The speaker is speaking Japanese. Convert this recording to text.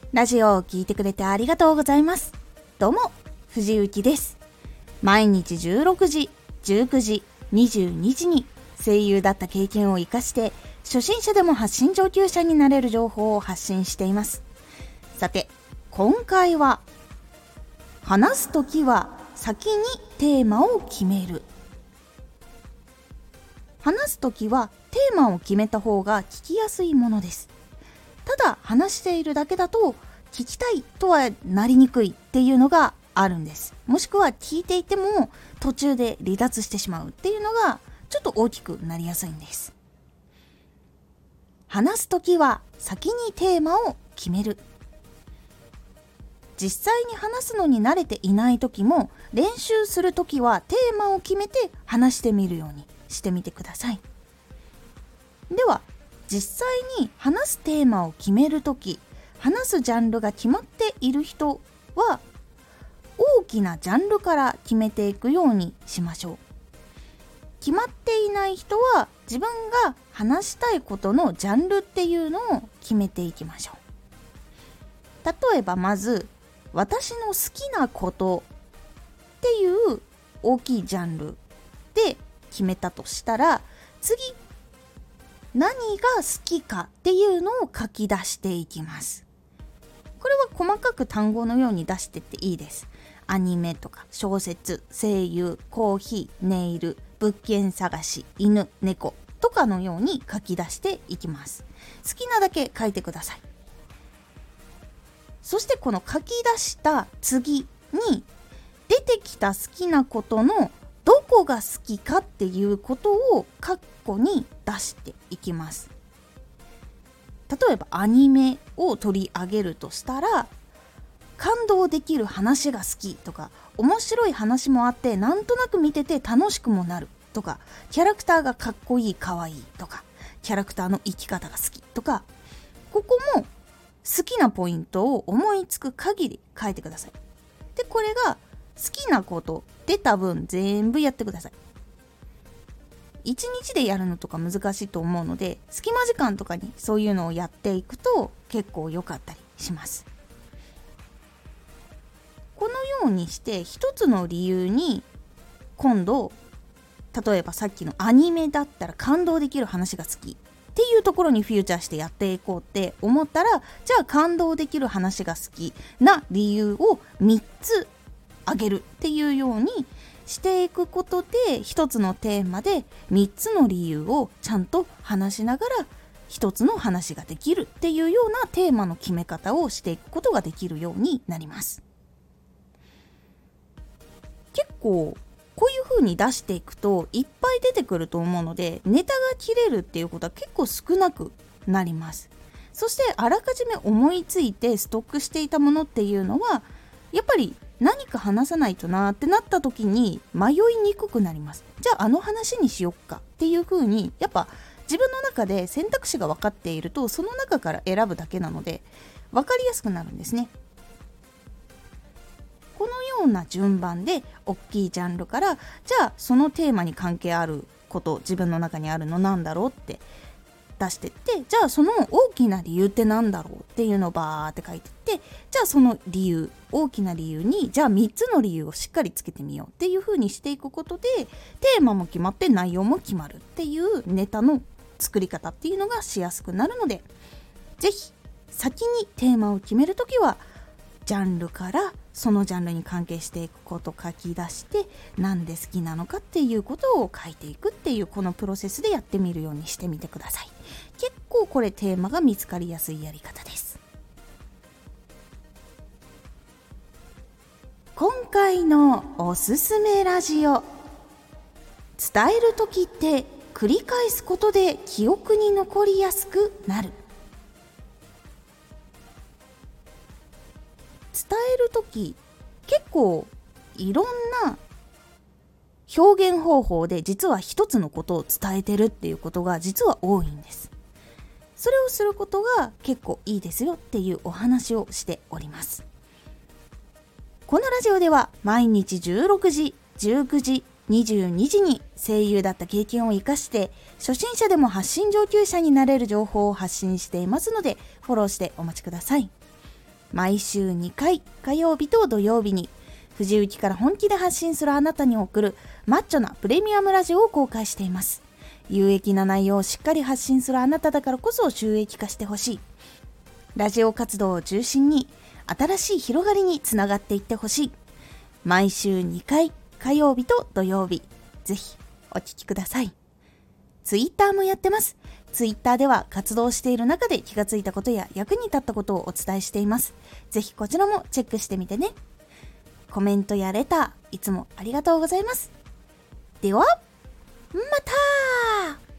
ラジオを聞いてくれてありがとうございます。どうも、藤幸です。毎日16時、19時、22時に声優だった経験を生かして初心者でも発信上級者になれる情報を発信しています。さて、今回は話すときは先にテーマを決める。話すときはテーマを決めた方が聞きやすいものです。ただ話しているだけだと聞きたいとはなりにくいっていうのがあるんです。もしくは聞いていても途中で離脱してしまうっていうのがちょっと大きくなりやすいんです。話すときは先にテーマを決める。実際に話すのに慣れていないときも練習するときはテーマを決めて話してみるようにしてみてください。では実際に話すテーマを決めるとき、話すジャンルが決まっている人は大きなジャンルから決めていくようにしましょう。決まっていない人は自分が話したいことのジャンルっていうのを決めていきましょう。例えばまず私の好きなことっていう大きいジャンルで決めたとしたら、次何が好きかっていうのを書き出していきます。これは細かく単語のように出してっていいです。アニメとか小説、声優、コーヒー、ネイル、物件探し、犬、猫とかのように書き出していきます。好きなだけ書いてください。そしてこの書き出した次に出てきた好きなことのどこが好きかっていうことを括弧に出していきます。例えばアニメを取り上げるとしたら、感動できる話が好きとか、面白い話もあってなんとなく見てて楽しくもなるとか、キャラクターがかっこいいかわいいとか、キャラクターの生き方が好きとか、ここも好きなポイントを思いつく限り書いてください。で、これが好きなこと出た分全部やってください。1日でやるのとか難しいと思うので、隙間時間とかにそういうのをやっていくと結構良かったりします。このようにして一つの理由に今度、例えばさっきのアニメだったら感動できる話が好きっていうところにフィーチャーしてやっていこうって思ったら、じゃあ感動できる話が好きな理由を3つあげるっていうようにしていくことで、一つのテーマで3つの理由をちゃんと話しながら一つの話ができるっていうようなテーマの決め方をしていくことができるようになります。結構こういう風に出していくといっぱい出てくると思うので、ネタが切れるっていうことは結構少なくなります。そしてあらかじめ思いついてストックしていたものっていうのはやっぱり何か話さないとなってなった時に迷いにくくなります。じゃああの話にしよっかっていう風に、やっぱ自分の中で選択肢が分かっているとその中から選ぶだけなので分かりやすくなるんですね。このような順番で大きいジャンルから、じゃあそのテーマに関係あること自分の中にあるのなんだろうって出してって、じゃあその大きな理由ってなんだろうっていうのをバーって書いてって、じゃあその理由、大きな理由にじゃあ3つの理由をしっかりつけてみようっていう風にしていくことで、テーマも決まって内容も決まるっていうネタの作り方っていうのがしやすくなるので、ぜひ先にテーマを決めるときはジャンルからそのジャンルに関係していくことを書き出して、なんで好きなのかっていうことを書いていくっていう、このプロセスでやってみるようにしてみてください。結構これテーマが見つかりやすいやり方です。今回のおすすめラジオ、伝えるときって繰り返すことで記憶に残りやすくなる。伝えるとき結構いろんな表現方法で実は一つのことを伝えてるっていうことが実は多いんです。それをすることが結構いいですよっていうお話をしております。このラジオでは毎日16時、19時、22時に声優だった経験を生かして初心者でも発信上級者になれる情報を発信していますので、フォローしてお待ちください。 毎週2回火曜日と土曜日に藤雪から本気で発信するあなたに送るマッチョなプレミアムラジオを公開しています。有益な内容をしっかり発信するあなただからこそ収益化してほしい。ラジオ活動を中心に新しい広がりにつながっていってほしい。毎週2回火曜日と土曜日、ぜひお聞きください。ツイッターもやってます。ツイッターでは活動している中で気がついたことや役に立ったことをお伝えしています。ぜひこちらもチェックしてみてね。コメントやレターいつもありがとうございます。ではまた。